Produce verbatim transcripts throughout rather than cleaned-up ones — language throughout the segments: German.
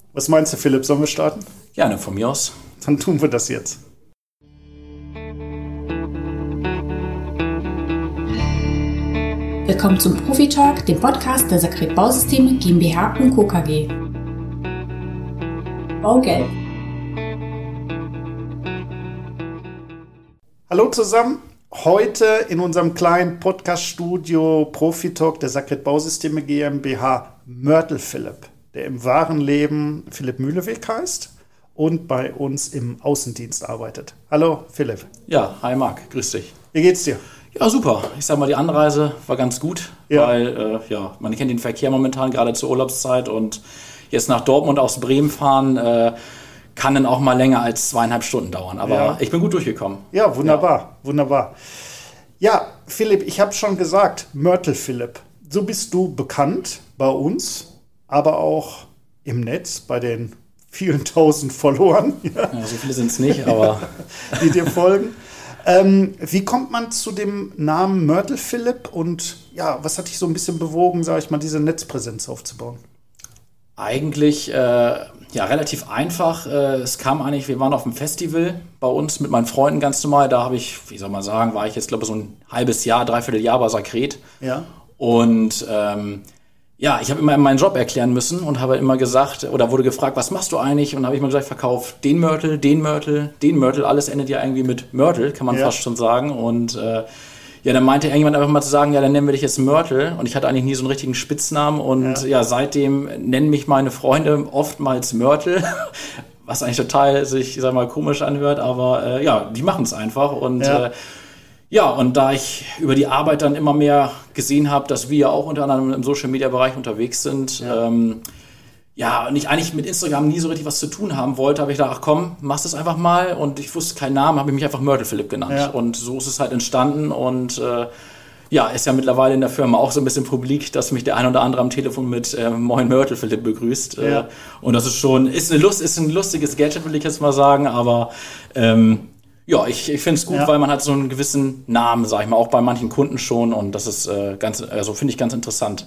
Was meinst du, Philipp? Sollen wir starten? Gerne, von mir aus. Dann tun wir das jetzt. Willkommen zum Profi-Talk, dem Podcast der Sakret Bausysteme GmbH und Co. KG. Baugelb. Hallo zusammen. Heute in unserem kleinen Podcast-Studio Profi-Talk der Sakret Bausysteme GmbH Mörtel Philipp, der im wahren Leben Philipp Mühleweg heißt und bei uns im Außendienst arbeitet. Hallo Philipp. Ja, hi Marc, grüß dich. Wie geht's dir? Ja, super. Ich sag mal, die Anreise war ganz gut, Ja. weil äh, ja, man kennt den Verkehr momentan gerade zur Urlaubszeit und jetzt nach Dortmund aus Bremen fahren äh, kann dann auch mal länger als zweieinhalb Stunden dauern. Aber Ja. ich bin gut durchgekommen. Ja, wunderbar, wunderbar. Ja, Philipp, ich habe schon gesagt, Mörtel Philipp. So bist du bekannt bei uns, aber auch im Netz bei den vielen tausend Followern, ja, Ja, so viele sind es nicht, aber die dir folgen. Ähm, wie kommt man zu dem Namen Mörtel Philipp und ja, was hat dich so ein bisschen bewogen, sage ich mal, diese Netzpräsenz aufzubauen? eigentlich äh, ja relativ einfach. Äh, es kam eigentlich, wir waren auf einem Festival bei uns mit meinen Freunden ganz normal. Da habe ich, wie soll man sagen, war ich jetzt glaube ich so ein halbes Jahr, dreiviertel Jahr bei Sakret. Ja. Und ähm, ja, ich habe immer meinen Job erklären müssen und habe immer gesagt, oder wurde gefragt, was machst du eigentlich? Und habe ich mal gesagt, ich verkaufe den Mörtel, den Mörtel, den Mörtel. Alles endet ja irgendwie mit Mörtel, kann man Ja. fast schon sagen. Und äh, ja, dann meinte irgendjemand einfach mal zu sagen, ja, dann nennen wir dich jetzt Mörtel. Und ich hatte eigentlich nie so einen richtigen Spitznamen. Und Ja. ja, seitdem nennen mich meine Freunde oftmals Mörtel. Was eigentlich total sich, sag mal, komisch anhört. Aber äh, ja, die machen es einfach. Und Ja. äh, Ja, und da ich über die Arbeit dann immer mehr gesehen habe, dass wir ja auch unter anderem im Social-Media-Bereich unterwegs sind, Ja. ähm, ja, und ich eigentlich mit Instagram nie so richtig was zu tun haben wollte, habe ich gedacht, ach komm, machst es einfach mal. Und ich wusste keinen Namen, habe ich mich einfach Mörtel Philipp genannt. Ja. Und so ist es halt entstanden. Und äh, ja, ist ja mittlerweile in der Firma auch so ein bisschen publik, dass mich der ein oder andere am Telefon mit äh, Moin Mörtel Philipp begrüßt. Ja. Äh, und das ist schon, ist, eine Lust, ist ein lustiges Gadget, will ich jetzt mal sagen, aber ähm, ja, ich, ich finde es gut, Ja. weil man hat so einen gewissen Namen, sag ich mal, auch bei manchen Kunden schon und das ist äh, ganz, also finde ich ganz interessant.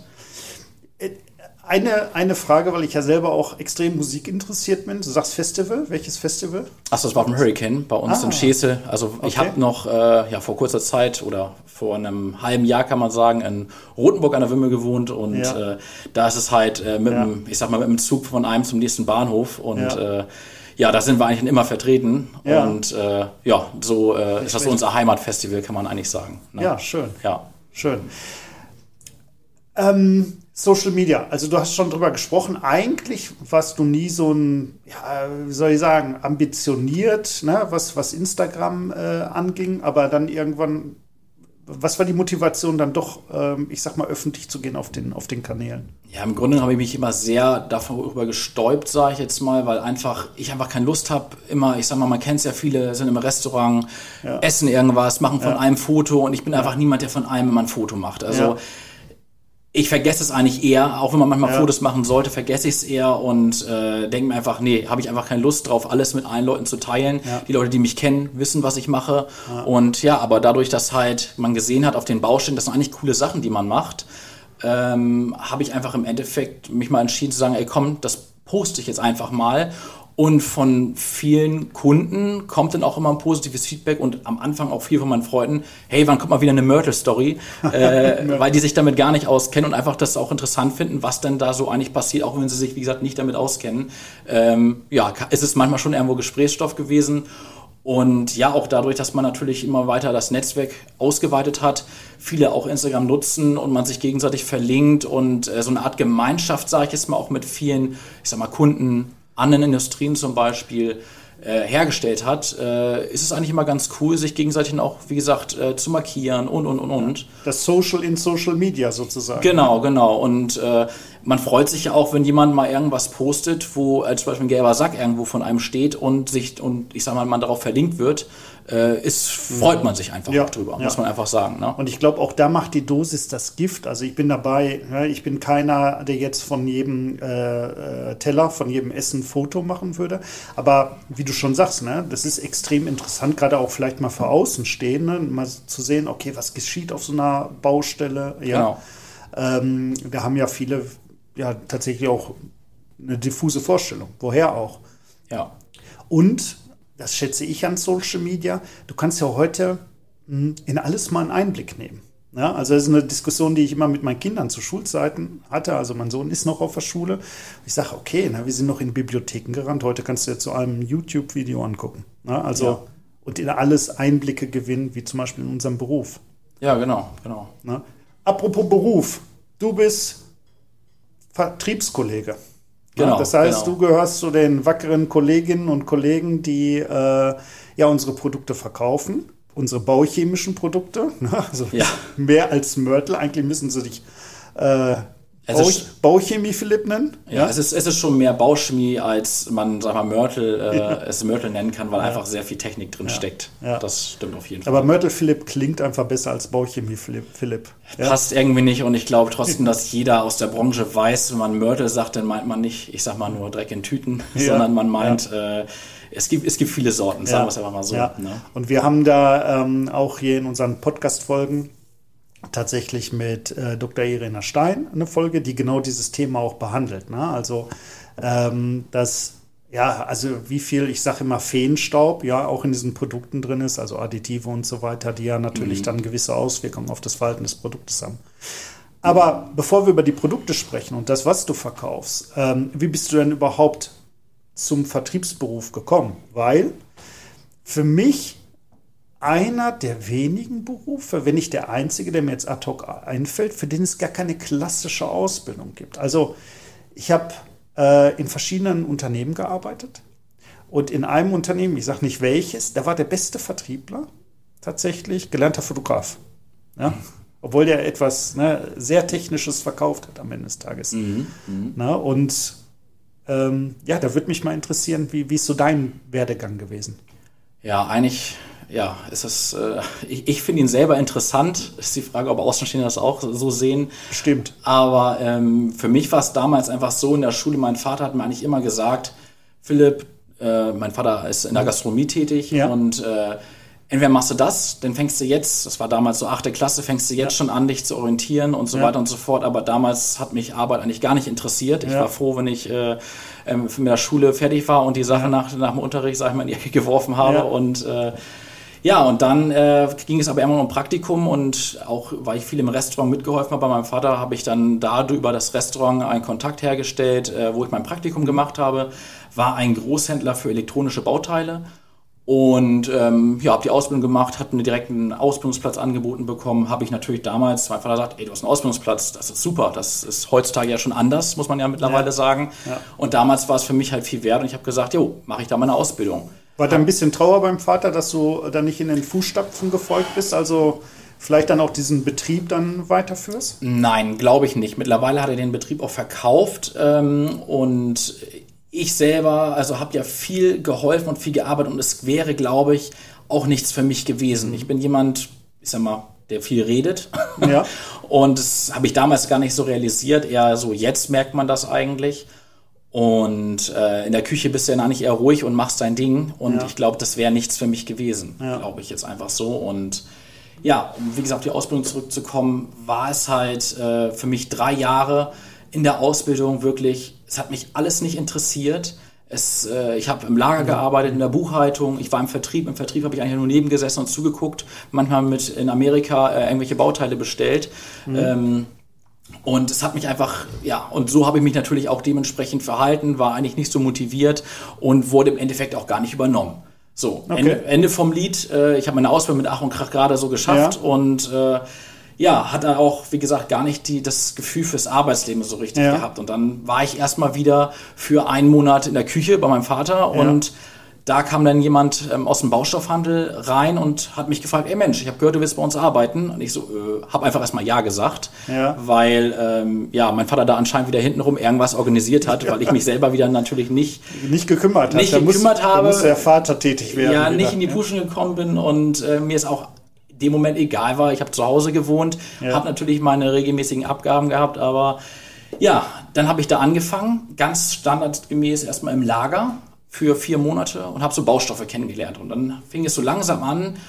Eine, eine Frage, weil ich ja selber auch extrem Musik interessiert bin. Du sagst Festival. Welches Festival? Achso, das war auf dem Hurricane bei uns Ah. in Schesel. Also ich Okay. habe noch äh, ja, vor kurzer Zeit oder vor einem halben Jahr, kann man sagen, in Rothenburg an der Wümme gewohnt und Ja. äh, da ist es halt äh, mit Ja. dem, ich sag mal, mit dem Zug von einem zum nächsten Bahnhof und Ja. äh, ja, da sind wir eigentlich immer vertreten Ja. und äh, ja, so äh, ist das so recht. unser Heimatfestival, kann man eigentlich sagen. Ne? Ja, schön. Ja. Schön. Ähm, Social Media, also du hast schon drüber gesprochen, eigentlich warst du nie so ein, ja, wie soll ich sagen, ambitioniert, ne, was, was Instagram äh, anging, aber dann irgendwann, was war die Motivation dann doch, ähm, ich sag mal, öffentlich zu gehen auf den, auf den Kanälen? Ja, im Grunde habe ich mich immer sehr darüber gestäubt, sage ich jetzt mal, weil einfach ich einfach keine Lust habe, immer, ich sag mal, man kennt es ja, viele sind im Restaurant, Ja. essen irgendwas, machen von Ja. einem Foto und ich bin einfach niemand, der von einem immer ein Foto macht. Also Ja. ich vergesse es eigentlich eher, auch wenn man manchmal Ja. Fotos machen sollte, vergesse ich es eher und äh, denke mir einfach, nee, habe ich einfach keine Lust drauf, alles mit allen Leuten zu teilen. Ja. Die Leute, die mich kennen, wissen, was ich mache. Und ja, aber dadurch, dass halt man gesehen hat auf den Baustellen, das sind eigentlich coole Sachen, die man macht, ähm, habe ich einfach im Endeffekt mich mal entschieden zu sagen, ey komm, das poste ich jetzt einfach mal. Und von vielen Kunden kommt dann auch immer ein positives Feedback und am Anfang auch viel von meinen Freunden, hey, wann kommt mal wieder eine Mörtel-Story? äh, weil die sich damit gar nicht auskennen und einfach das auch interessant finden, was denn da so eigentlich passiert, auch wenn sie sich, wie gesagt, nicht damit auskennen. Ähm, ja, ist es manchmal schon irgendwo Gesprächsstoff gewesen. Und ja, auch dadurch, dass man natürlich immer weiter das Netzwerk ausgeweitet hat, viele auch Instagram nutzen und man sich gegenseitig verlinkt und äh, so eine Art Gemeinschaft, sage ich jetzt mal, auch mit vielen, ich sag mal, Kunden, anderen Industrien zum Beispiel, äh, hergestellt hat, äh, ist es eigentlich immer ganz cool, sich gegenseitig auch, wie gesagt, äh, zu markieren und, und, und, und. Das Social in Social Media sozusagen. Genau, genau. Und äh, man freut sich ja auch, wenn jemand mal irgendwas postet, wo äh, zum Beispiel ein gelber Sack irgendwo von einem steht und sich, und ich sag mal, man darauf verlinkt wird, äh, ist, freut man sich einfach Ja, auch drüber, ja. muss man einfach sagen. Ne? Und ich glaube, auch da macht die Dosis das Gift. Also ich bin dabei, ne, ich bin keiner, der jetzt von jedem äh, äh, Teller, von jedem Essen ein Foto machen würde. Aber wie du schon sagst, ne, das ist extrem interessant, gerade auch vielleicht mal für Außenstehende, mal zu sehen, okay, was geschieht auf so einer Baustelle. Ja. Genau. Ähm, wir haben ja viele, ja tatsächlich auch eine diffuse Vorstellung. Woher auch? Ja. Und, das schätze ich an Social Media, du kannst ja heute mh, in alles mal einen Einblick nehmen. Ja, also das ist eine Diskussion, die ich immer mit meinen Kindern zu Schulzeiten hatte. Also mein Sohn ist noch auf der Schule. Ich sage, okay, na, wir sind noch in Bibliotheken gerannt. Heute kannst du dir zu einem YouTube-Video angucken. Na, also ja. Und in alles Einblicke gewinnen, wie zum Beispiel in unserem Beruf. Ja, genau, genau. Na? Apropos Beruf, du bist Vertriebskollege. Genau, ja, das heißt, genau. Du gehörst zu den wackeren Kolleginnen und Kollegen, die äh, ja unsere Produkte verkaufen. Unsere bauchemischen Produkte, also ja. mehr als Mörtel. Eigentlich müssen sie dich äh, Bauch, Bauchemie Philipp nennen. Ja, ja? Es, ist, es ist schon mehr Bauchemie, als man, sag mal, Mörtel, äh, ja. es Mörtel nennen kann, weil ja. einfach sehr viel Technik drin ja. steckt. Ja. Das stimmt auf jeden Fall. Aber Mörtel Philipp klingt einfach besser als Bauchemie Philipp. Ja? Passt irgendwie nicht und ich glaube trotzdem, dass jeder aus der Branche weiß, wenn man Mörtel sagt, dann meint man nicht, ich sag mal nur Dreck in Tüten, ja. sondern man meint... Ja. Äh, Es gibt, es gibt viele Sorten, sagen wir es einfach mal so. Ja. Ne? Und wir haben da ähm, auch hier in unseren Podcast-Folgen tatsächlich mit äh, Doktor Irena Stein eine Folge, die genau dieses Thema auch behandelt. Ne? Also ähm, das, ja, also wie viel, ich sage immer Feenstaub, ja, auch in diesen Produkten drin ist, also Additive und so weiter, die ja natürlich mhm. dann gewisse Auswirkungen auf das Verhalten des Produktes haben. Aber bevor wir über die Produkte sprechen und das, was du verkaufst, ähm, wie bist du denn überhaupt zum Vertriebsberuf gekommen? Weil für mich einer der wenigen Berufe, wenn nicht der einzige, der mir jetzt ad hoc einfällt, für den es gar keine klassische Ausbildung gibt. Also ich habe äh, in verschiedenen Unternehmen gearbeitet und in einem Unternehmen, ich sage nicht welches, da war der beste Vertriebler tatsächlich gelernter Fotograf. Ja? Obwohl der etwas ne, sehr Technisches verkauft hat am Ende des Tages. Mhm, Na, und Ähm, ja, da würde mich mal interessieren, wie, wie ist so dein Werdegang gewesen? Ja, eigentlich, ja, ist es, äh, ich, ich finde ihn selber interessant. Ist die Frage, ob Außenstehende das auch so sehen. Stimmt. Aber ähm, für mich war es damals einfach so in der Schule, mein Vater hat mir eigentlich immer gesagt, Philipp, äh, mein Vater ist in der Gastronomie tätig ja. und äh, entweder machst du das, dann fängst du jetzt, das war damals so achte Klasse, fängst du jetzt ja. schon an, dich zu orientieren und so ja. weiter und so fort. Aber damals hat mich Arbeit eigentlich gar nicht interessiert. Ich ja. war froh, wenn ich äh, äh, mit der Schule fertig war und die Sache ja. nach, nach dem Unterricht, sag ich mal, in die Ecke geworfen habe. Ja. Und äh, ja, und dann äh, ging es aber immer um Praktikum und auch, weil ich viel im Restaurant mitgeholfen habe bei meinem Vater, habe ich dann da über das Restaurant einen Kontakt hergestellt, äh, wo ich mein Praktikum gemacht habe, war ein Großhändler für elektronische Bauteile. Und ähm, ja, habe die Ausbildung gemacht, hatte einen direkten Ausbildungsplatz angeboten bekommen, habe ich natürlich damals, mein Vater sagt, ey, du hast einen Ausbildungsplatz, das ist super, das ist heutzutage ja schon anders, muss man ja mittlerweile ja. sagen. Ja. Und damals war es für mich halt viel wert und ich habe gesagt, jo, mache ich da meine Ausbildung. War da ein bisschen Trauer beim Vater, dass du da nicht in den Fußstapfen gefolgt bist, also vielleicht dann auch diesen Betrieb dann weiterführst? Nein, glaube ich nicht. Mittlerweile hat er den Betrieb auch verkauft ähm, und ich selber, also habe ja viel geholfen und viel gearbeitet und es wäre, glaube ich, auch nichts für mich gewesen. Ich bin jemand, ich sag mal, der viel redet. Ja. Und das habe ich damals gar nicht so realisiert. Eher so, jetzt merkt man das eigentlich. Und äh, in der Küche bist du dann eigentlich eher ruhig und machst dein Ding. Und ja. ich glaube, das wäre nichts für mich gewesen, ja. glaube ich jetzt einfach so. Und ja, um wie gesagt, auf die Ausbildung zurückzukommen, war es halt äh, für mich drei Jahre in der Ausbildung wirklich, es hat mich alles nicht interessiert. Es, äh, ich habe im Lager gearbeitet, in der Buchhaltung, ich war im Vertrieb. Im Vertrieb habe ich eigentlich nur nebengesessen und zugeguckt, manchmal mit in Amerika äh, irgendwelche Bauteile bestellt. Mhm. Ähm, und es hat mich einfach, ja, und so habe ich mich natürlich auch dementsprechend verhalten, war eigentlich nicht so motiviert und wurde im Endeffekt auch gar nicht übernommen. So, okay. Ende, Ende vom Lied. Äh, ich habe meine Ausbildung mit Ach und Krach gerade so geschafft ja. und äh, ja, hat er auch, wie gesagt, gar nicht die, das Gefühl fürs Arbeitsleben so richtig ja. gehabt. Und dann war ich erstmal wieder für einen Monat in der Küche bei meinem Vater ja. und da kam dann jemand ähm, aus dem Baustoffhandel rein und hat mich gefragt, ey Mensch, ich habe gehört, du willst bei uns arbeiten. Und ich so, äh, habe einfach erstmal Ja gesagt, ja. weil ähm, ja mein Vater da anscheinend wieder hintenrum irgendwas organisiert hat, ja. weil ich mich selber wieder natürlich nicht, nicht gekümmert, nicht hat. gekümmert muss, habe. Da muss der Vater tätig werden. Ja, wieder. nicht in die Puschen gekommen bin und äh, mir ist auch dem Moment egal war. Ich habe zu Hause gewohnt, ja. habe natürlich meine regelmäßigen Abgaben gehabt, aber ja, dann habe ich da angefangen, ganz standardgemäß erstmal im Lager für vier Monate und habe so Baustoffe kennengelernt. Und dann fing es so langsam an,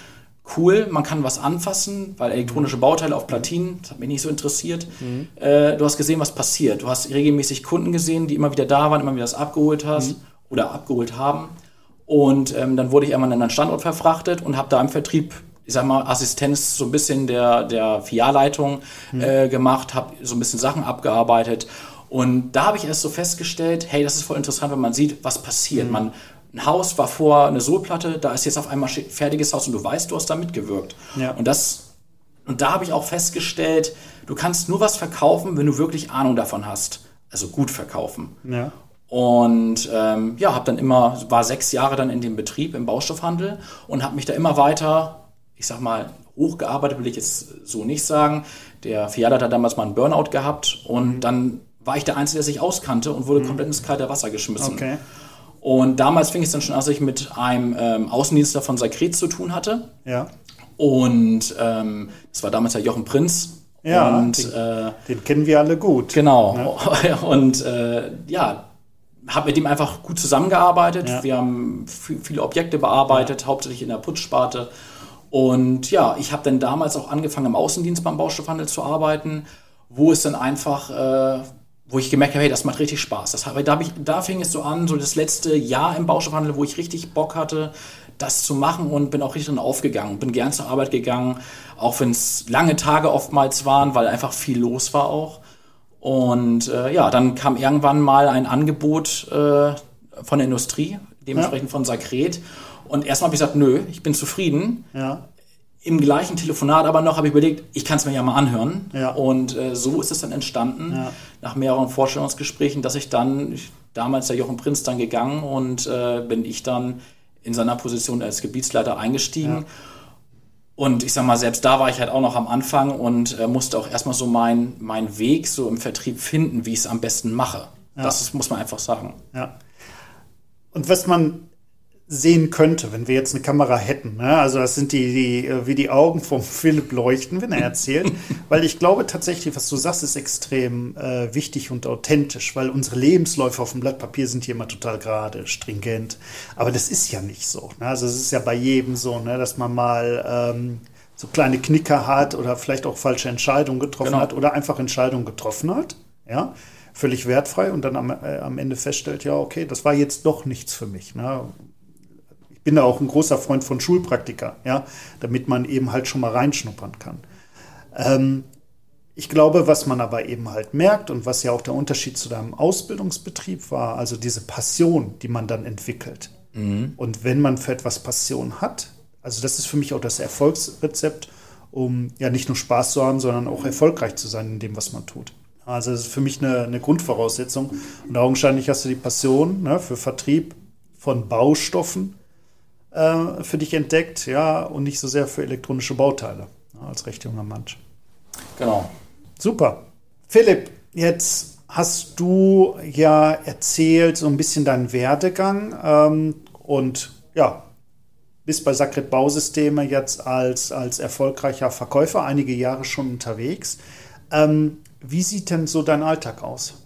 cool, man kann was anfassen, weil elektronische Bauteile auf Platinen, das hat mich nicht so interessiert. Mhm. Äh, du hast gesehen, was passiert. Du hast regelmäßig Kunden gesehen, die immer wieder da waren, immer wieder das abgeholt hast mhm. oder abgeholt haben. Und ähm, dann wurde ich einmal an einen Standort verfrachtet und habe da im Vertrieb, ich sag mal, Assistenz so ein bisschen der, der Filialleitung mhm. äh, gemacht, habe so ein bisschen Sachen abgearbeitet. Und da habe ich erst so festgestellt, hey, das ist voll interessant, wenn man sieht, was passiert. Mhm. Man, ein Haus war vor eine Sohlplatte, da ist jetzt auf einmal ein fertiges Haus und du weißt, du hast da mitgewirkt. Ja. Und, das, und da habe ich auch festgestellt, du kannst nur was verkaufen, wenn du wirklich Ahnung davon hast. Also gut verkaufen. Ja. Und ähm, ja, habe dann immer, war sechs Jahre dann in dem Betrieb im Baustoffhandel und habe mich da immer weiter, ich sag mal, hochgearbeitet, will ich jetzt so nicht sagen. Der Filialleiter hat damals mal einen Burnout gehabt und mhm. dann war ich der Einzige, der sich auskannte und wurde mhm. komplett ins kalte Wasser geschmissen. Okay. Und damals fing es dann schon an, dass ich mit einem ähm, Außendienstler von Sakret zu tun hatte. Ja. Und ähm, das war damals der Jochen Prinz. Ja, und, den, äh, den kennen wir alle gut. Genau. Ja. Und äh, ja, habe mit ihm einfach gut zusammengearbeitet. Ja. Wir haben f- viele Objekte bearbeitet, ja. hauptsächlich in der Putzsparte. Und ja, ich habe dann damals auch angefangen, im Außendienst beim Baustoffhandel zu arbeiten, wo es dann einfach, äh, wo ich gemerkt habe, hey, das macht richtig Spaß. Das, da, hab ich, da fing es so an, so das letzte Jahr im Baustoffhandel, wo ich richtig Bock hatte, das zu machen und bin auch richtig drin aufgegangen. Bin gern zur Arbeit gegangen, auch wenn es lange Tage oftmals waren, weil einfach viel los war auch. Und äh, ja, dann kam irgendwann mal ein Angebot äh, von der Industrie, dementsprechend ja. von Sakret. Und erstmal habe ich gesagt, nö, ich bin zufrieden. Ja. Im gleichen Telefonat aber noch habe ich überlegt, ich kann es mir ja mal anhören. Ja. Und äh, so ist es dann entstanden, ja. nach mehreren Vorstellungsgesprächen, dass ich dann, damals der Jochen Prinz dann gegangen und äh, bin ich dann in seiner Position als Gebietsleiter eingestiegen. Ja. Und ich sag mal, selbst da war ich halt auch noch am Anfang und äh, musste auch erstmal so meinen mein Weg so im Vertrieb finden, wie ich es am besten mache. Ja. Das ist, muss man einfach sagen. Ja. Und was man sehen könnte, wenn wir jetzt eine Kamera hätten, ne? Also das sind die, die, wie die Augen vom Philipp leuchten, wenn er erzählt, weil ich glaube tatsächlich, was du sagst, ist extrem äh, wichtig und authentisch, weil unsere Lebensläufe auf dem Blatt Papier sind hier immer total gerade, stringent, aber das ist ja nicht so, ne? Also es ist ja bei jedem so, ne? Dass man mal ähm, so kleine Knicker hat oder vielleicht auch falsche Entscheidungen getroffen genau. hat oder einfach Entscheidungen getroffen hat, ja, völlig wertfrei und dann am, äh, am Ende feststellt, ja, okay, das war jetzt doch nichts für mich, ne? Ich bin da auch ein großer Freund von Schulpraktika, ja, damit man eben halt schon mal reinschnuppern kann. Ähm, ich glaube, was man aber eben halt merkt und was ja auch der Unterschied zu deinem Ausbildungsbetrieb war, also diese Passion, die man dann entwickelt. Mhm. Und wenn man für etwas Passion hat, also das ist für mich auch das Erfolgsrezept, um ja nicht nur Spaß zu haben, sondern auch erfolgreich zu sein in dem, was man tut. Also das ist für mich eine, eine Grundvoraussetzung. Und augenscheinlich hast du die Passion, ne, für Vertrieb von Baustoffen für dich entdeckt, ja, und nicht so sehr für elektronische Bauteile, ja, als recht junger Mensch. Genau. Super. Philipp, jetzt hast du ja erzählt so ein bisschen deinen Werdegang ähm, und ja, bist bei Sakret Bausysteme jetzt als, als erfolgreicher Verkäufer einige Jahre schon unterwegs. Ähm, wie sieht denn so dein Alltag aus?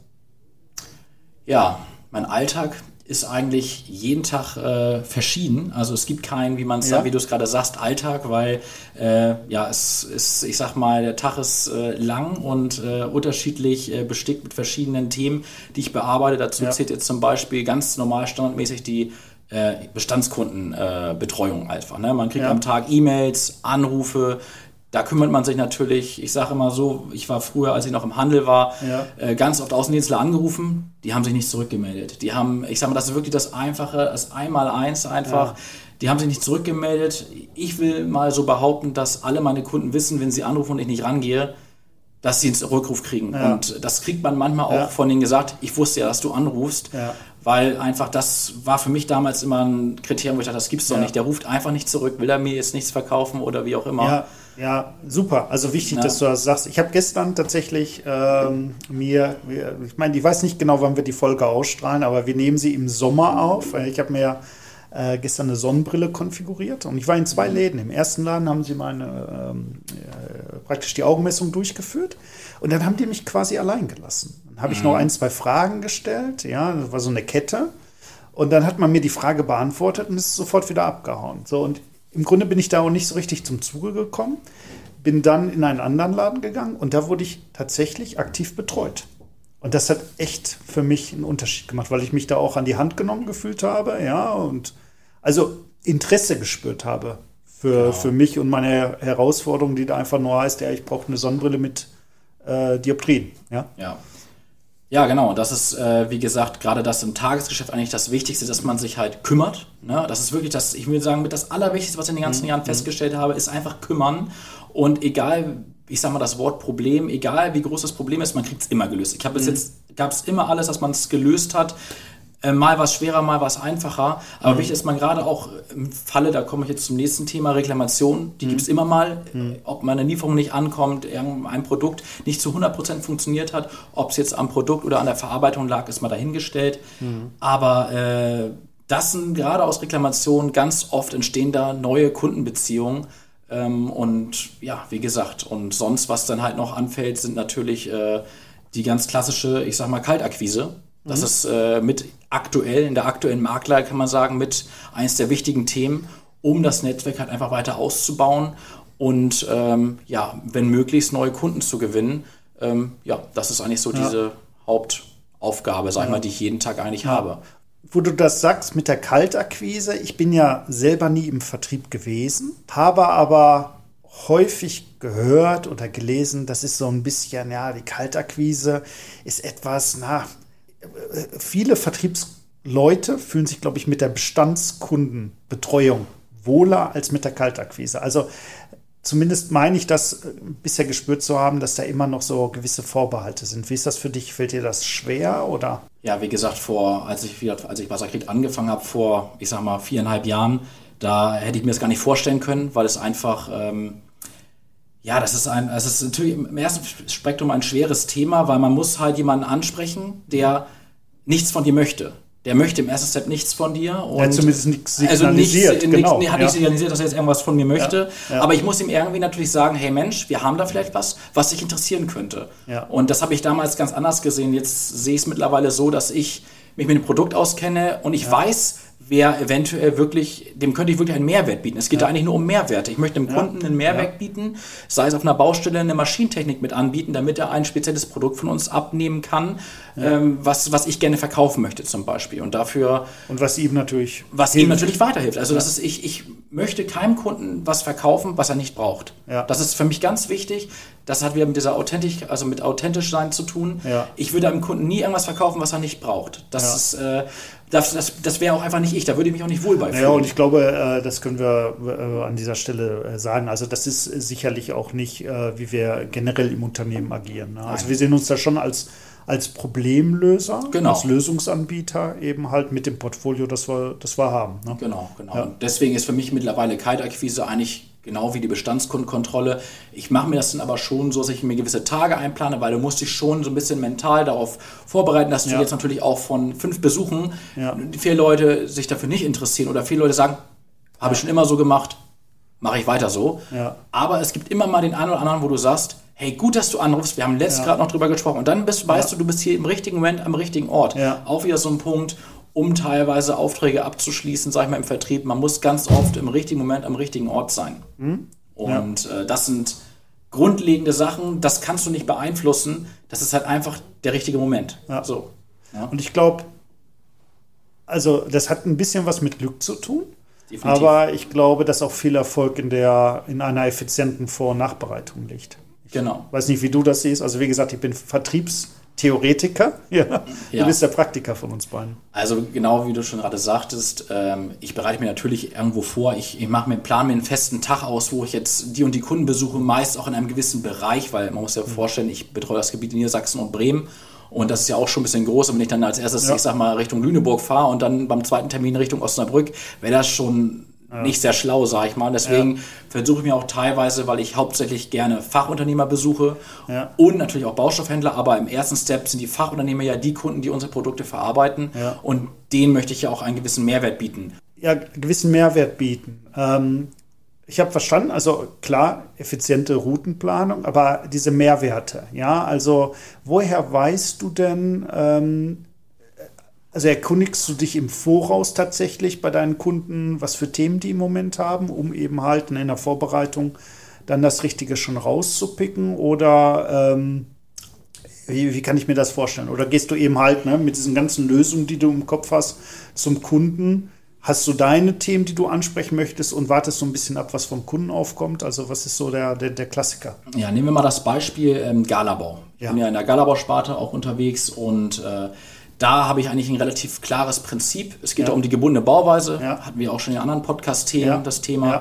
Ja, mein Alltag ist eigentlich jeden Tag äh, verschieden. Also es gibt keinen, wie man es, ja. wie du es gerade sagst, Alltag, weil äh, ja es ist, ich sag mal, der Tag ist äh, lang und äh, unterschiedlich äh, bestickt mit verschiedenen Themen, die ich bearbeite. Dazu ja. zählt jetzt zum Beispiel ganz normal standardmäßig die äh, Bestandskundenbetreuung äh, einfach. Ne? Man kriegt ja. am Tag E-Mails, Anrufe. Da kümmert man sich natürlich, ich sage immer so, ich war früher, als ich noch im Handel war, ja. äh, ganz oft Außendienstler angerufen, die haben sich nicht zurückgemeldet. Die haben, ich sage mal, das ist wirklich das Einfache, das Einmaleins einfach. Ja. Die haben sich nicht zurückgemeldet. Ich will mal so behaupten, dass alle meine Kunden wissen, wenn sie anrufen und ich nicht rangehe, dass sie einen Rückruf kriegen. Ja. Und das kriegt man manchmal auch ja. von denen gesagt, ich wusste ja, dass du anrufst, ja. weil einfach das war für mich damals immer ein Kriterium, wo ich dachte, das gibt's doch ja. nicht. Der ruft einfach nicht zurück, will er mir jetzt nichts verkaufen oder wie auch immer. Ja. Ja, super. Also wichtig, ja. dass du das sagst. Ich habe gestern tatsächlich ähm, mir, ich meine, ich weiß nicht genau, wann wir die Folge ausstrahlen, aber wir nehmen sie im Sommer auf. Ich habe mir äh, gestern eine Sonnenbrille konfiguriert und ich war in zwei Läden. Im ersten Laden haben sie meine ähm, äh, praktisch die Augenmessung durchgeführt und dann haben die mich quasi allein gelassen. Dann habe ich mhm. noch ein, zwei Fragen gestellt. Ja, das war so eine Kette und dann hat man mir die Frage beantwortet und ist sofort wieder abgehauen. So und im Grunde bin ich da auch nicht so richtig zum Zuge gekommen. Bin dann in einen anderen Laden gegangen und da wurde ich tatsächlich aktiv betreut. Und das hat echt für mich einen Unterschied gemacht, weil ich mich da auch an die Hand genommen gefühlt habe, ja, und also Interesse gespürt habe für, ja. für mich und meine Herausforderung, die da einfach nur heißt, ja, ich brauche eine Sonnenbrille mit äh, Dioptrien, ja. Ja. Ja, genau. Das ist, äh, wie gesagt, gerade das im Tagesgeschäft eigentlich das Wichtigste, dass man sich halt kümmert. Ne? Das ist wirklich das, ich würde sagen, mit das Allerwichtigste, was ich in den ganzen mhm. Jahren festgestellt habe, ist einfach kümmern. Und egal, ich sag mal das Wort Problem, egal wie groß das Problem ist, man kriegt es immer gelöst. Ich habe bis mhm. jetzt, gab es immer alles, dass man es gelöst hat. Äh, mal was schwerer, mal was einfacher. Aber mhm. wichtig ist man gerade auch im Falle, da komme ich jetzt zum nächsten Thema, Reklamation. Die mhm. gibt es immer mal. Mhm. Ob meine Lieferung nicht ankommt, irgendein Produkt nicht zu hundert Prozent funktioniert hat. Ob es jetzt am Produkt oder an der Verarbeitung lag, ist mal dahingestellt. Mhm. Aber äh, das sind gerade aus Reklamationen ganz oft entstehen da neue Kundenbeziehungen. Ähm, und ja, wie gesagt, und sonst, was dann halt noch anfällt, sind natürlich äh, die ganz klassische, ich sag mal, Kaltakquise. Das mhm. ist äh, mit aktuell, in der aktuellen Marktlage kann man sagen, mit eines der wichtigen Themen, um das Netzwerk halt einfach weiter auszubauen und ähm, ja, wenn möglichst neue Kunden zu gewinnen. Ähm, ja, das ist eigentlich so ja. diese Hauptaufgabe, sag ich ja. mal, die ich jeden Tag eigentlich ja. habe. Wo du das sagst mit der Kaltakquise, ich bin ja selber nie im Vertrieb gewesen, habe aber häufig gehört oder gelesen, das ist so ein bisschen, ja, die Kaltakquise ist etwas, na, viele Vertriebsleute fühlen sich, glaube ich, mit der Bestandskundenbetreuung wohler als mit der Kaltakquise. Also zumindest meine ich das bisher gespürt zu haben, dass da immer noch so gewisse Vorbehalte sind. Wie ist das für dich? Fällt dir das schwer oder? Ja, wie gesagt, vor, als ich, als ich Wasserkrieg angefangen habe, vor, ich sag mal, viereinhalb Jahren, da hätte ich mir das gar nicht vorstellen können, weil es einfach, ähm, ja, das ist ein, es ist natürlich im ersten Spektrum ein schweres Thema, weil man muss halt jemanden ansprechen, der nichts von dir möchte. Der möchte im ersten Step nichts von dir. Und ja, zumindest nichts signalisiert. Also nichts, genau. nichts, hat ja. nicht signalisiert, dass er jetzt irgendwas von mir möchte. Ja. Ja. Aber ich muss ihm irgendwie natürlich sagen, hey Mensch, wir haben da vielleicht was, was dich interessieren könnte. Ja. Und das habe ich damals ganz anders gesehen. Jetzt sehe ich es mittlerweile so, dass ich mich mit dem Produkt auskenne und ich ja. weiß, wer eventuell wirklich, dem könnte ich wirklich einen Mehrwert bieten. Es geht ja. da eigentlich nur um Mehrwerte. Ich möchte dem ja. Kunden einen Mehrwert ja. bieten, sei es auf einer Baustelle eine Maschinentechnik mit anbieten, damit er ein spezielles Produkt von uns abnehmen kann, ja. ähm, was, was ich gerne verkaufen möchte zum Beispiel. Und dafür... Und was ihm natürlich... Was hilft. ihm natürlich weiterhilft. Also ja. das ist, ich, ich möchte keinem Kunden was verkaufen, was er nicht braucht. Ja. Das ist für mich ganz wichtig. Das hat wieder mit dieser authentisch, also mit authentisch sein zu tun. Ja. Ich würde einem Kunden nie irgendwas verkaufen, was er nicht braucht. Das ja. ist... Äh, Das, das, das wäre auch einfach nicht ich, da würde ich mich auch nicht wohl bei fühlen. Ja, und ich glaube, das können wir an dieser Stelle sagen. Also das ist sicherlich auch nicht, wie wir generell im Unternehmen agieren. Also Nein. wir sehen uns da schon als, als Problemlöser, genau. als Lösungsanbieter eben halt mit dem Portfolio, das wir, das wir haben. Ne? Genau, genau. Ja. Und deswegen ist für mich mittlerweile Kaltakquise eigentlich genau wie die Bestandskundenkontrolle. Ich mache mir das dann aber schon so, dass ich mir gewisse Tage einplane, weil du musst dich schon so ein bisschen mental darauf vorbereiten, dass du ja. jetzt natürlich auch von fünf Besuchen ja. viele Leute sich dafür nicht interessieren oder viele Leute sagen, habe ich schon immer so gemacht, mache ich weiter so. Ja. Aber es gibt immer mal den einen oder anderen, wo du sagst, hey, gut, dass du anrufst, wir haben letztens ja. gerade noch drüber gesprochen und dann bist, weißt ja. du, du bist hier im richtigen Moment am richtigen Ort. Ja. Auch wieder so ein Punkt, um teilweise Aufträge abzuschließen, sag ich mal, im Vertrieb. Man muss ganz oft im richtigen Moment am richtigen Ort sein. Mhm. Und ja. äh, das sind grundlegende Sachen, das kannst du nicht beeinflussen. Das ist halt einfach der richtige Moment. Ja. So. Ja. Und ich glaube, also das hat ein bisschen was mit Glück zu tun. Definitiv. Aber ich glaube, dass auch viel Erfolg in, der, in einer effizienten Vor- und Nachbereitung liegt. Ich genau. weiß nicht, wie du das siehst. Also wie gesagt, ich bin Vertriebstheoretiker. Ja. Ja. Du bist der Praktiker von uns beiden. Also genau wie du schon gerade sagtest, ähm, ich bereite mir natürlich irgendwo vor. Ich, ich mache mir, plane mir einen festen Tag aus, wo ich jetzt die und die Kunden besuche, meist auch in einem gewissen Bereich, weil man muss ja mhm. vorstellen, ich betreue das Gebiet in Niedersachsen und Bremen. Und das ist ja auch schon ein bisschen groß. Und wenn ich dann als erstes, ja. ich sag mal, Richtung Lüneburg fahre und dann beim zweiten Termin Richtung Osnabrück, wäre das schon ja. nicht sehr schlau, sag ich mal. Deswegen ja. versuche ich mir auch teilweise, weil ich hauptsächlich gerne Fachunternehmer besuche ja. und natürlich auch Baustoffhändler, aber im ersten Step sind die Fachunternehmer ja die Kunden, die unsere Produkte verarbeiten. Ja. Und denen möchte ich ja auch einen gewissen Mehrwert bieten. Ja, einen gewissen Mehrwert bieten. Ähm Ich habe verstanden, also klar, effiziente Routenplanung, aber diese Mehrwerte, ja, also woher weißt du denn, ähm, Also erkundigst du dich im Voraus tatsächlich bei deinen Kunden, was für Themen die im Moment haben, um eben halt in der Vorbereitung dann das Richtige schon rauszupicken? Oder ähm, wie, wie kann ich mir das vorstellen? Oder gehst du eben halt ne, mit diesen ganzen Lösungen, die du im Kopf hast, zum Kunden? Hast du deine Themen, die du ansprechen möchtest und wartest so ein bisschen ab, was vom Kunden aufkommt? Also was ist so der, der, der Klassiker? Ja, nehmen wir mal das Beispiel ähm, Galabau. Ich Ja. bin ja in der Galabau-Sparte auch unterwegs und äh, da habe ich eigentlich ein relativ klares Prinzip. Es geht Ja. ja um die gebundene Bauweise. Ja. Hatten wir auch schon in anderen Podcast-Themen Ja. das Thema. Ja.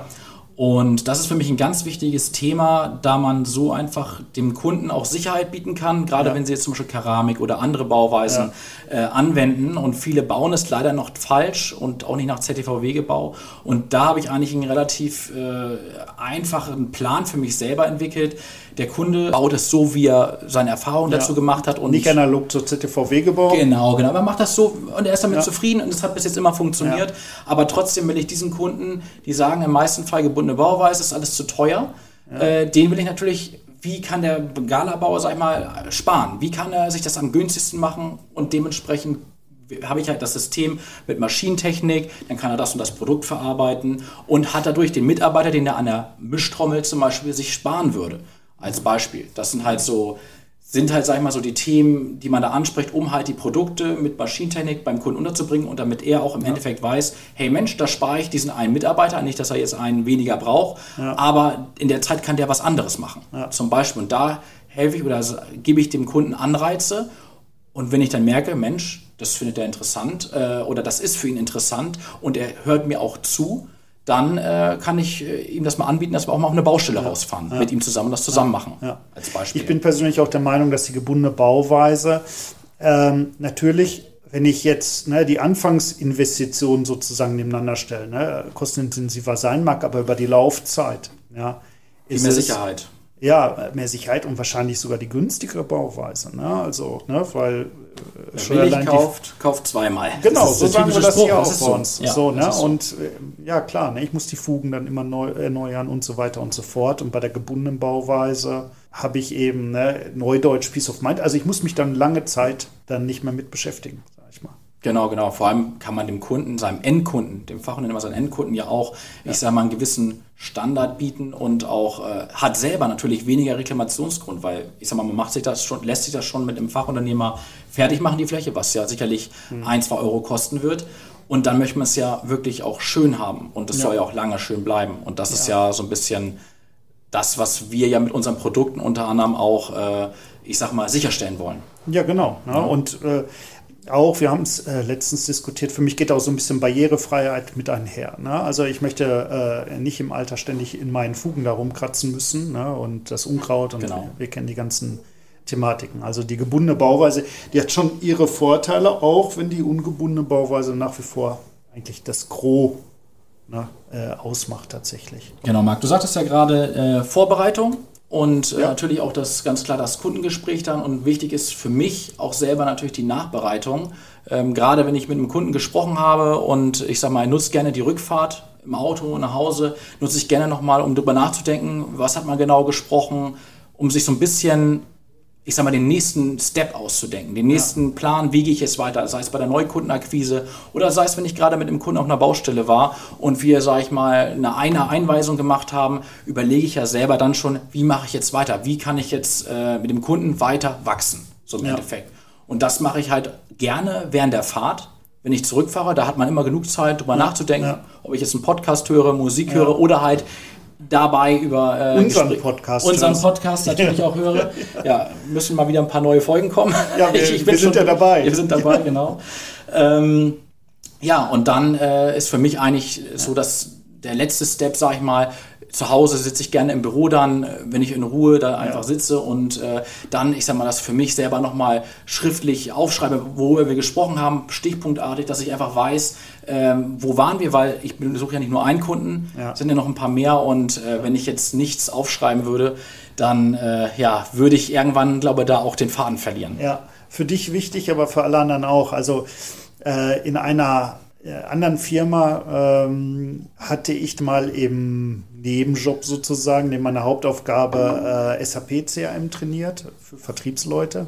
Und das ist für mich ein ganz wichtiges Thema, da man so einfach dem Kunden auch Sicherheit bieten kann, gerade Ja. wenn sie jetzt zum Beispiel Keramik oder andere Bauweisen äh, anwenden. Und viele bauen es leider noch falsch und auch nicht nach Z T V W-Gebau. Und da habe ich eigentlich einen relativ äh, einfachen Plan für mich selber entwickelt. Der Kunde baut es so, wie er seine Erfahrung Ja. dazu gemacht hat. Und Nicht analog zur Z T V W-Gebau. Genau, genau. Man macht das so und er ist damit Ja. zufrieden und es hat bis jetzt immer funktioniert. Aber trotzdem will ich diesen Kunden, die sagen, im meisten Fall gebundene Bauweise ist alles zu teuer, äh, den will ich natürlich, wie kann der Galabauer, sag ich mal, sparen? Wie kann er sich das am günstigsten machen? Und dementsprechend habe ich halt das System mit Maschinentechnik, dann kann er das und das Produkt verarbeiten und hat dadurch den Mitarbeiter, den er an der Mischtrommel zum Beispiel sich sparen würde. Als Beispiel. Das sind halt so, sind halt, sag ich mal, so die Themen, die man da anspricht, um halt die Produkte mit Maschinentechnik beim Kunden unterzubringen und damit er auch im Endeffekt weiß, hey Mensch, da spare ich diesen einen Mitarbeiter, nicht, dass er jetzt einen weniger braucht, aber in der Zeit kann der was anderes machen. Ja. Zum Beispiel. Und da helfe ich oder gebe ich dem Kunden Anreize und wenn ich dann merke, Mensch, das findet er interessant äh, oder das ist für ihn interessant und er hört mir auch zu, dann äh, kann ich äh, ihm das mal anbieten, dass wir auch mal auf eine Baustelle ja. rausfahren, ja. mit ihm zusammen das zusammen machen, ja. als Beispiel. Ich bin persönlich auch der Meinung, dass die gebundene Bauweise ähm, natürlich, wenn ich jetzt ne, die Anfangsinvestitionen sozusagen nebeneinander stelle, ne, kostenintensiver sein mag, aber über die Laufzeit, ja, ist mehr Sicherheit. Ja, mehr Sicherheit und wahrscheinlich sogar die günstigere Bauweise. Ne? Also, ne, weil äh, schon allein kauft, die, kauft zweimal. Genau, so sagen wir das Spruch, hier auch bei uns. Ja, so, ne? so. Und äh, ja, klar, ne? Ich muss die Fugen dann immer neu erneuern und so weiter und so fort. Und bei der gebundenen Bauweise habe ich eben ne, Neudeutsch Peace of Mind. Also ich muss mich dann lange Zeit dann nicht mehr mit beschäftigen, sag ich mal. Genau, genau. Vor allem kann man dem Kunden, seinem Endkunden, dem Fachunternehmen, seinem Endkunden ja auch, ja. ich sage mal, einen gewissen Standard bieten und auch äh, hat selber natürlich weniger Reklamationsgrund, weil ich sag mal, man macht sich das schon, lässt sich das schon mit einem Fachunternehmer fertig machen, die Fläche, was ja sicherlich mhm. ein, zwei Euro kosten wird. Und dann möchte man es ja wirklich auch schön haben und es ja. soll ja auch lange schön bleiben. Und das ja. ist ja so ein bisschen das, was wir ja mit unseren Produkten unter anderem auch, äh, ich sag mal, sicherstellen wollen. Ja, genau. Ne? Ja. Und äh, auch, wir haben es äh, letztens diskutiert, für mich geht auch so ein bisschen Barrierefreiheit mit einher. Ne? Also ich möchte äh, nicht im Alter ständig in meinen Fugen da rumkratzen müssen, ne? Und das Unkraut und genau. wir kennen die ganzen Thematiken. Also die gebundene Bauweise, die hat schon ihre Vorteile, auch wenn die ungebundene Bauweise nach wie vor eigentlich das Gros ne, äh, ausmacht tatsächlich. Genau, Marc, du sagtest ja gerade äh, Vorbereitung. Und ja. äh, natürlich auch das ganz klar das Kundengespräch dann. Und wichtig ist für mich auch selber natürlich die Nachbereitung. Ähm, gerade wenn ich mit einem Kunden gesprochen habe und ich sag mal, ich nutze gerne die Rückfahrt im Auto nach Hause, nutze ich gerne nochmal, um darüber nachzudenken, was hat man genau gesprochen, um sich so ein bisschen, ich sag mal, den nächsten Step auszudenken, den nächsten ja. Plan, wie gehe ich jetzt weiter, sei es bei der Neukundenakquise oder sei es, wenn ich gerade mit dem Kunden auf einer Baustelle war und wir, sag ich mal, eine, eine Einweisung gemacht haben, überlege ich ja selber dann schon, wie mache ich jetzt weiter, wie kann ich jetzt äh, mit dem Kunden weiter wachsen, so im ja. Endeffekt. Und das mache ich halt gerne während der Fahrt. Wenn ich zurückfahre, da hat man immer genug Zeit, drüber ja. nachzudenken, ja. ob ich jetzt einen Podcast höre, Musik höre ja. oder halt dabei über äh, unseren Gespräch, Podcast, unseren Podcast natürlich auch höre. Ja, müssen mal wieder ein paar neue Folgen kommen. Ja, wir, ich, ich wir sind schon, ja dabei. Wir sind dabei, genau. ähm, ja, und dann äh, ist für mich eigentlich so, dass der letzte Step, sag ich mal, zu Hause sitze ich gerne im Büro dann, wenn ich in Ruhe da einfach ja. sitze und äh, dann, ich sag mal, das für mich selber nochmal schriftlich aufschreibe, worüber wir gesprochen haben, stichpunktartig, dass ich einfach weiß, ähm, wo waren wir, weil ich besuche ja nicht nur einen Kunden, ja. sind ja noch ein paar mehr und äh, wenn ich jetzt nichts aufschreiben würde, dann äh, ja, würde ich irgendwann, glaube ich, da auch den Faden verlieren. Ja, für dich wichtig, aber für alle anderen auch. Also äh, in einer anderen Firma ähm, hatte ich mal im Nebenjob sozusagen, neben meiner Hauptaufgabe äh, S A P C R M trainiert für Vertriebsleute.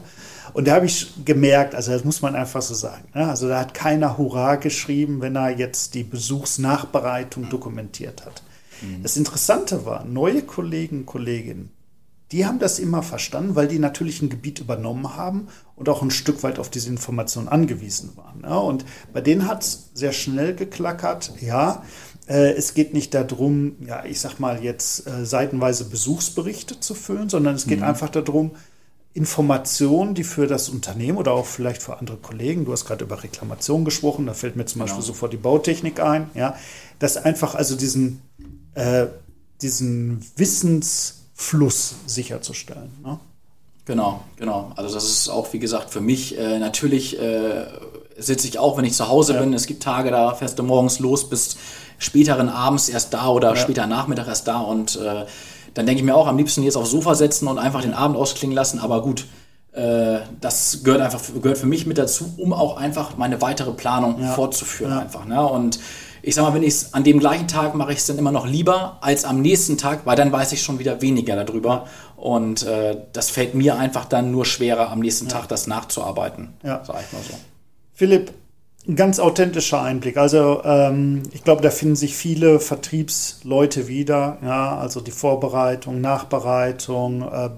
Und da habe ich gemerkt, also das muss man einfach so sagen, ne? Also da hat keiner Hurra geschrieben, wenn er jetzt die Besuchsnachbereitung dokumentiert hat. Mhm. Das Interessante war, neue Kollegen und Kolleginnen, die haben das immer verstanden, weil die natürlich ein Gebiet übernommen haben und auch ein Stück weit auf diese Information angewiesen waren. Ja, und bei denen hat es sehr schnell geklackert, ja, äh, es geht nicht darum, ja, ich sag mal jetzt äh, seitenweise Besuchsberichte zu füllen, sondern es geht mhm. einfach darum, Informationen, die für das Unternehmen oder auch vielleicht für andere Kollegen, du hast gerade über Reklamation gesprochen, da fällt mir zum genau. Beispiel sofort die Bautechnik ein, ja, dass einfach also diesen, äh, diesen Wissens Fluss sicherzustellen. Ne? Genau, genau. Also das ist auch, wie gesagt, für mich äh, natürlich äh, sitze ich auch, wenn ich zu Hause ja. bin. Es gibt Tage, da fährst du morgens los, bist späteren Abends erst da oder ja. später Nachmittag erst da und äh, dann denke ich mir auch, am liebsten jetzt aufs Sofa setzen und einfach den Abend ausklingen lassen. Aber gut, äh, das gehört einfach gehört für mich mit dazu, um auch einfach meine weitere Planung ja. fortzuführen ja. einfach. Ne? Und ich sag mal, wenn ich es an dem gleichen Tag mache, ich es dann immer noch lieber als am nächsten Tag, weil dann weiß ich schon wieder weniger darüber. Und äh, das fällt mir einfach dann nur schwerer, am nächsten ja. Tag das nachzuarbeiten. Ja. Sag ich mal so. Philipp, ein ganz authentischer Einblick. Also ähm, ich glaube, da finden sich viele Vertriebsleute wieder. Ja, also die Vorbereitung, Nachbereitung, äh,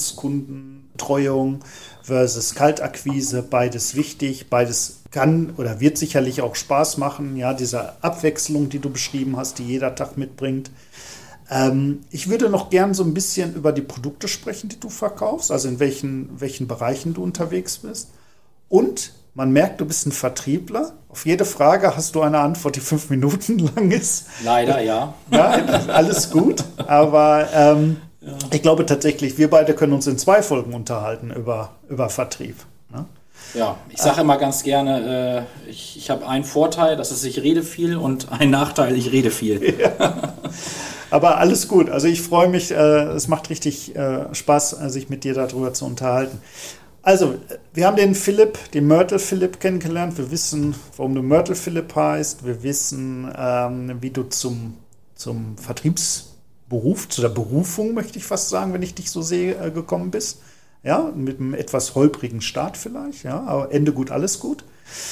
Bestandskundenbetreuung versus Kaltakquise, beides wichtig, beides kann oder wird sicherlich auch Spaß machen, ja, diese Abwechslung, die du beschrieben hast, die jeder Tag mitbringt. Ähm, ich würde noch gern so ein bisschen über die Produkte sprechen, die du verkaufst, also in welchen, welchen Bereichen du unterwegs bist. Und man merkt, du bist ein Vertriebler. Auf jede Frage hast du eine Antwort, die fünf Minuten lang ist. Leider, ja. Ja, alles gut, aber ähm, ja. ich glaube tatsächlich, wir beide können uns in zwei Folgen unterhalten über, über Vertrieb. Ne? Ja, ich sage immer ganz gerne, äh, ich, ich habe einen Vorteil, das ist, ich rede viel und einen Nachteil, ich rede viel. Ja. Aber alles gut. Also ich freue mich, äh, es macht richtig äh, Spaß, äh, sich mit dir darüber zu unterhalten. Also, wir haben den Philipp, den Mörtel Philipp kennengelernt. Wir wissen, warum du Mörtel Philipp heißt. Wir wissen, ähm, wie du zum, zum Vertriebsberuf, zu der Berufung, möchte ich fast sagen, wenn ich dich so sehe, äh, gekommen bist. Ja, mit einem etwas holprigen Start vielleicht, ja, aber Ende gut, alles gut.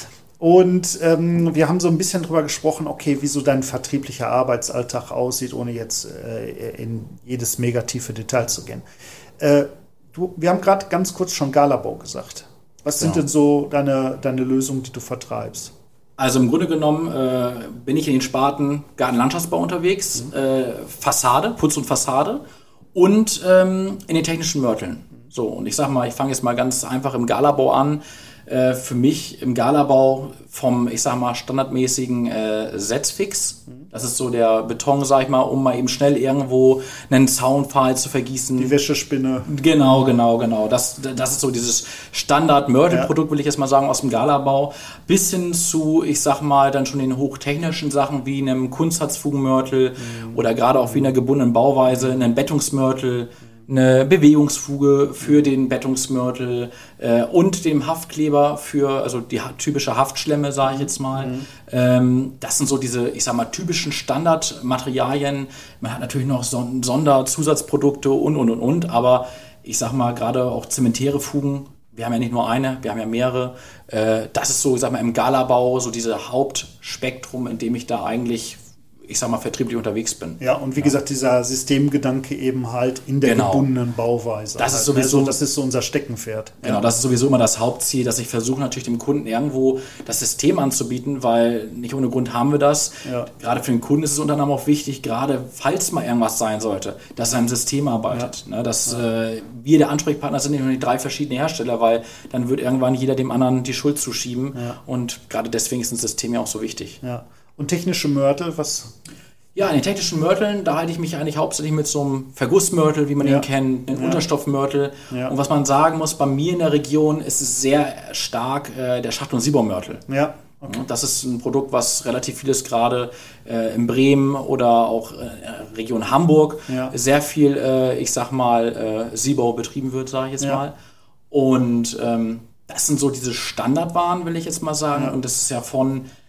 Und ähm, wir haben so ein bisschen drüber gesprochen, okay, wie so dein vertrieblicher Arbeitsalltag aussieht, ohne jetzt äh, in jedes mega tiefe Detail zu gehen. Äh, du, wir haben gerade ganz kurz schon Galabau gesagt. Was sind ja. denn so deine, deine Lösungen, die du vertreibst? Also im Grunde genommen äh, bin ich in den Sparten Gartenlandschaftsbau unterwegs, mhm. äh, Fassade, Putz und Fassade und ähm, in den technischen Mörteln. So, und ich sag mal, ich fange jetzt mal ganz einfach im Galabau an. Äh, für mich im Galabau vom, ich sag mal, standardmäßigen äh, Setzfix. Das ist so der Beton, sag ich mal, um mal eben schnell irgendwo einen Zaunpfahl zu vergießen. Die Wäschespinne. Genau, genau, genau. Das, das ist so dieses Standard-Mörtelprodukt, ja. will ich jetzt mal sagen, aus dem Galabau. Bis hin zu, ich sag mal, dann schon den hochtechnischen Sachen wie einem Kunstharzfugenmörtel mhm. oder gerade auch wie einer gebundenen Bauweise, einem Bettungsmörtel. Eine Bewegungsfuge für den Bettungsmörtel äh, und dem Haftkleber für, also die ha- typische Haftschlemme, sage ich jetzt mal. Mhm. Ähm, das sind so diese, ich sag mal, typischen Standardmaterialien. Man hat natürlich noch Son- Sonderzusatzprodukte und, und, und, und, aber ich sag mal, gerade auch zementäre Fugen, wir haben ja nicht nur eine, wir haben ja mehrere. Äh, das ist so, ich sag mal, im Galabau so diese Hauptspektrum, in dem ich da eigentlich, ich sag mal, vertrieblich unterwegs bin. Ja, und wie ja. gesagt, dieser Systemgedanke eben halt in der genau. gebundenen Bauweise. Das halt. ist sowieso, also, das ist so unser Steckenpferd. Genau, ja. das ist sowieso immer das Hauptziel, dass ich versuche natürlich dem Kunden irgendwo das System anzubieten, weil nicht ohne Grund haben wir das. Ja. Gerade für den Kunden ist es unter anderem auch wichtig, gerade falls mal irgendwas sein sollte, dass er im System arbeitet. Ja. Ne, dass ja. äh, wir der Ansprechpartner sind, nicht nur die drei verschiedene Hersteller, weil dann wird irgendwann jeder dem anderen die Schuld zuschieben. Ja. Und gerade deswegen ist ein System ja auch so wichtig. Ja. Und technische Mörtel, was... Ja, in den technischen Mörteln, da halte ich mich eigentlich hauptsächlich mit so einem Vergussmörtel, wie man ja. ihn kennt, einen ja. Unterstoffmörtel. Ja. Und was man sagen muss, bei mir in der Region ist es sehr stark äh, der Schacht- und Siebaumörtel. Ja. Okay. Das ist ein Produkt, was relativ vieles gerade äh, in Bremen oder auch äh, Region Hamburg ja. sehr viel, äh, ich sag mal, äh, Siebau betrieben wird, sage ich jetzt ja. mal. Und ähm, das sind so diese Standardwaren, will ich jetzt mal sagen. Ja. Und das ist ja von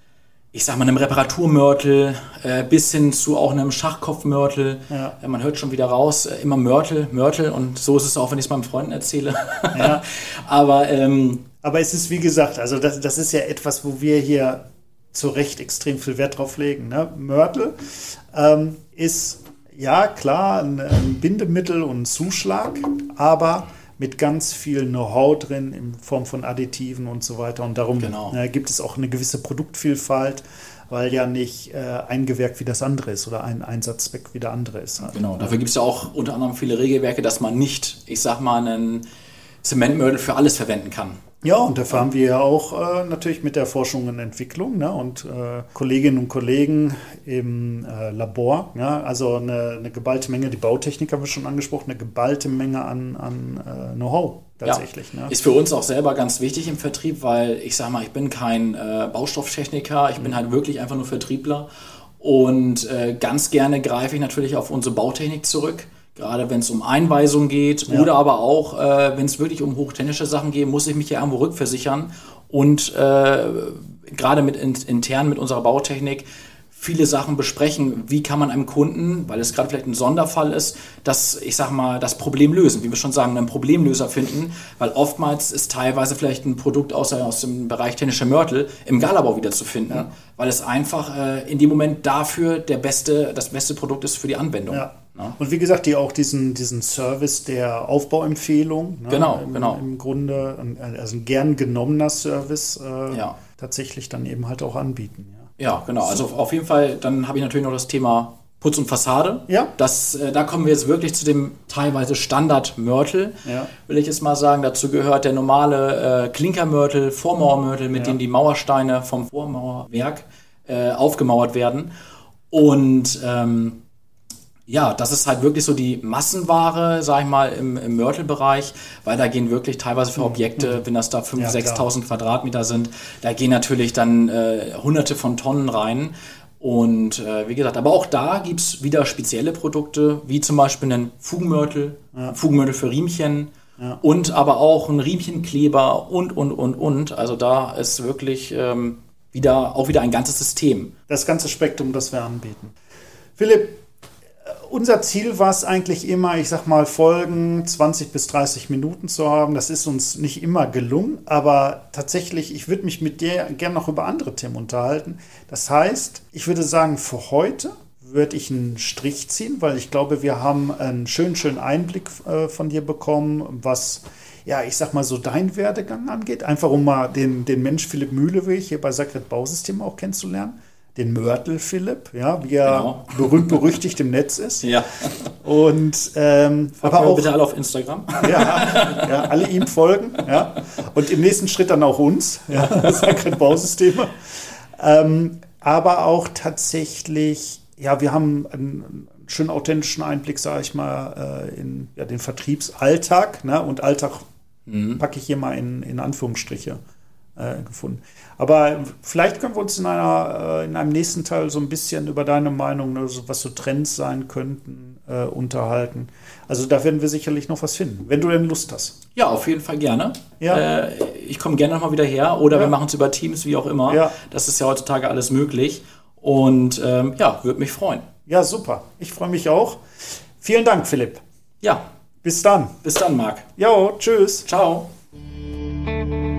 ich sag mal, einem Reparaturmörtel äh, bis hin zu auch einem Schachkopfmörtel. Ja. Äh, man hört schon wieder raus, äh, immer Mörtel, Mörtel und so ist es auch, wenn ich es meinen Freunden erzähle. Ja. Aber ähm, aber es ist, wie gesagt, also das, das ist ja etwas, wo wir hier zu Recht extrem viel Wert drauf legen. Ne? Mörtel ähm, ist, ja klar, ein, ein Bindemittel und ein Zuschlag, aber mit ganz viel Know-how drin in Form von Additiven und so weiter. Und darum genau. äh, gibt es auch eine gewisse Produktvielfalt, weil ja nicht äh, ein Gewerk wie das andere ist oder ein Einsatzzweck wie der andere ist. Halt. Genau, dafür gibt es ja auch unter anderem viele Regelwerke, dass man nicht, ich sag mal, einen Zementmörtel für alles verwenden kann. Ja, und dafür haben wir ja auch äh, natürlich mit der Forschung und Entwicklung, ne, und äh, Kolleginnen und Kollegen im äh, Labor, ja, also eine, eine geballte Menge, die Bautechnik haben wir schon angesprochen, eine geballte Menge an, an äh, Know-how tatsächlich. Ja, ne. ist für uns auch selber ganz wichtig im Vertrieb, weil ich sage mal, ich bin kein äh, Baustofftechniker, ich mhm. bin halt wirklich einfach nur Vertriebler und äh, ganz gerne greife ich natürlich auf unsere Bautechnik zurück. Gerade wenn es um Einweisung geht ja. oder aber auch, äh, wenn es wirklich um hochtechnische Sachen geht, muss ich mich ja irgendwo rückversichern und äh, gerade mit in, intern mit unserer Bautechnik viele Sachen besprechen. Wie kann man einem Kunden, weil es gerade vielleicht ein Sonderfall ist, das, ich sag mal, das Problem lösen, wie wir schon sagen, einen Problemlöser finden, weil oftmals ist teilweise vielleicht ein Produkt aus, aus dem Bereich technischer Mörtel im Galabau wieder zu finden, ja. weil es einfach äh, in dem Moment dafür der beste, das beste Produkt ist für die Anwendung. Ja. Ja. Und wie gesagt, die auch diesen, diesen Service der Aufbauempfehlung. Ne, genau, im, genau. Im Grunde, also ein gern genommener Service äh, ja. tatsächlich dann eben halt auch anbieten. Ja, ja genau. Also auf jeden Fall, dann habe ich natürlich noch das Thema Putz und Fassade. Ja. Das, äh, da kommen wir jetzt wirklich zu dem teilweise Standardmörtel, ja. will ich jetzt mal sagen. Dazu gehört der normale äh, Klinkermörtel, Vormauermörtel, mit ja. dem die Mauersteine vom Vormauerwerk äh, aufgemauert werden. Und ähm, ja, das ist halt wirklich so die Massenware, sag ich mal, im, im Mörtelbereich, weil da gehen wirklich teilweise für Objekte, mhm. wenn das da fünftausend, ja, sechstausend Quadratmeter sind, da gehen natürlich dann äh, hunderte von Tonnen rein. Und äh, wie gesagt, aber auch da gibt's wieder spezielle Produkte, wie zum Beispiel einen Fugenmörtel, ja. Fugenmörtel für Riemchen ja. und aber auch ein Riemchenkleber und, und, und, und. Also da ist wirklich ähm, wieder auch wieder ein ganzes System. Das ganze Spektrum, das wir anbieten. Philipp, unser Ziel war es eigentlich immer, ich sag mal, Folgen zwanzig bis dreißig Minuten zu haben. Das ist uns nicht immer gelungen, aber tatsächlich, ich würde mich mit dir gerne noch über andere Themen unterhalten. Das heißt, ich würde sagen, für heute würde ich einen Strich ziehen, weil ich glaube, wir haben einen schönen, schönen Einblick äh, von dir bekommen, was, ja, ich sag mal, so dein Werdegang angeht. Einfach um mal den, den Mensch Philipp Mühleweg hier bei Sacred Bausysteme auch kennenzulernen. Den Mörtel Philipp, ja, wie er genau. berühmt-berüchtigt im Netz ist. Ja. Und ähm, aber auch bitte alle auf Instagram. Ja, ja, alle ihm folgen, ja. Und im nächsten Schritt dann auch uns, ja, Sacred Bausysteme. Ähm, aber auch tatsächlich, ja, wir haben einen schönen authentischen Einblick, sage ich mal, äh, in ja, den Vertriebsalltag, ne? Und Alltag mhm. packe ich hier mal in, in Anführungsstriche. gefunden. Aber vielleicht können wir uns in, einer, in einem nächsten Teil so ein bisschen über deine Meinung, also was so Trends sein könnten, äh, unterhalten. Also da werden wir sicherlich noch was finden, wenn du denn Lust hast. Ja, auf jeden Fall gerne. Ja. Äh, ich komme gerne nochmal wieder her oder ja. wir machen es über Teams, wie auch immer. Ja. Das ist ja heutzutage alles möglich und ähm, ja, würde mich freuen. Ja, super. Ich freue mich auch. Vielen Dank, Philipp. Ja. Bis dann. Bis dann, Marc. Jo, tschüss. Ciao.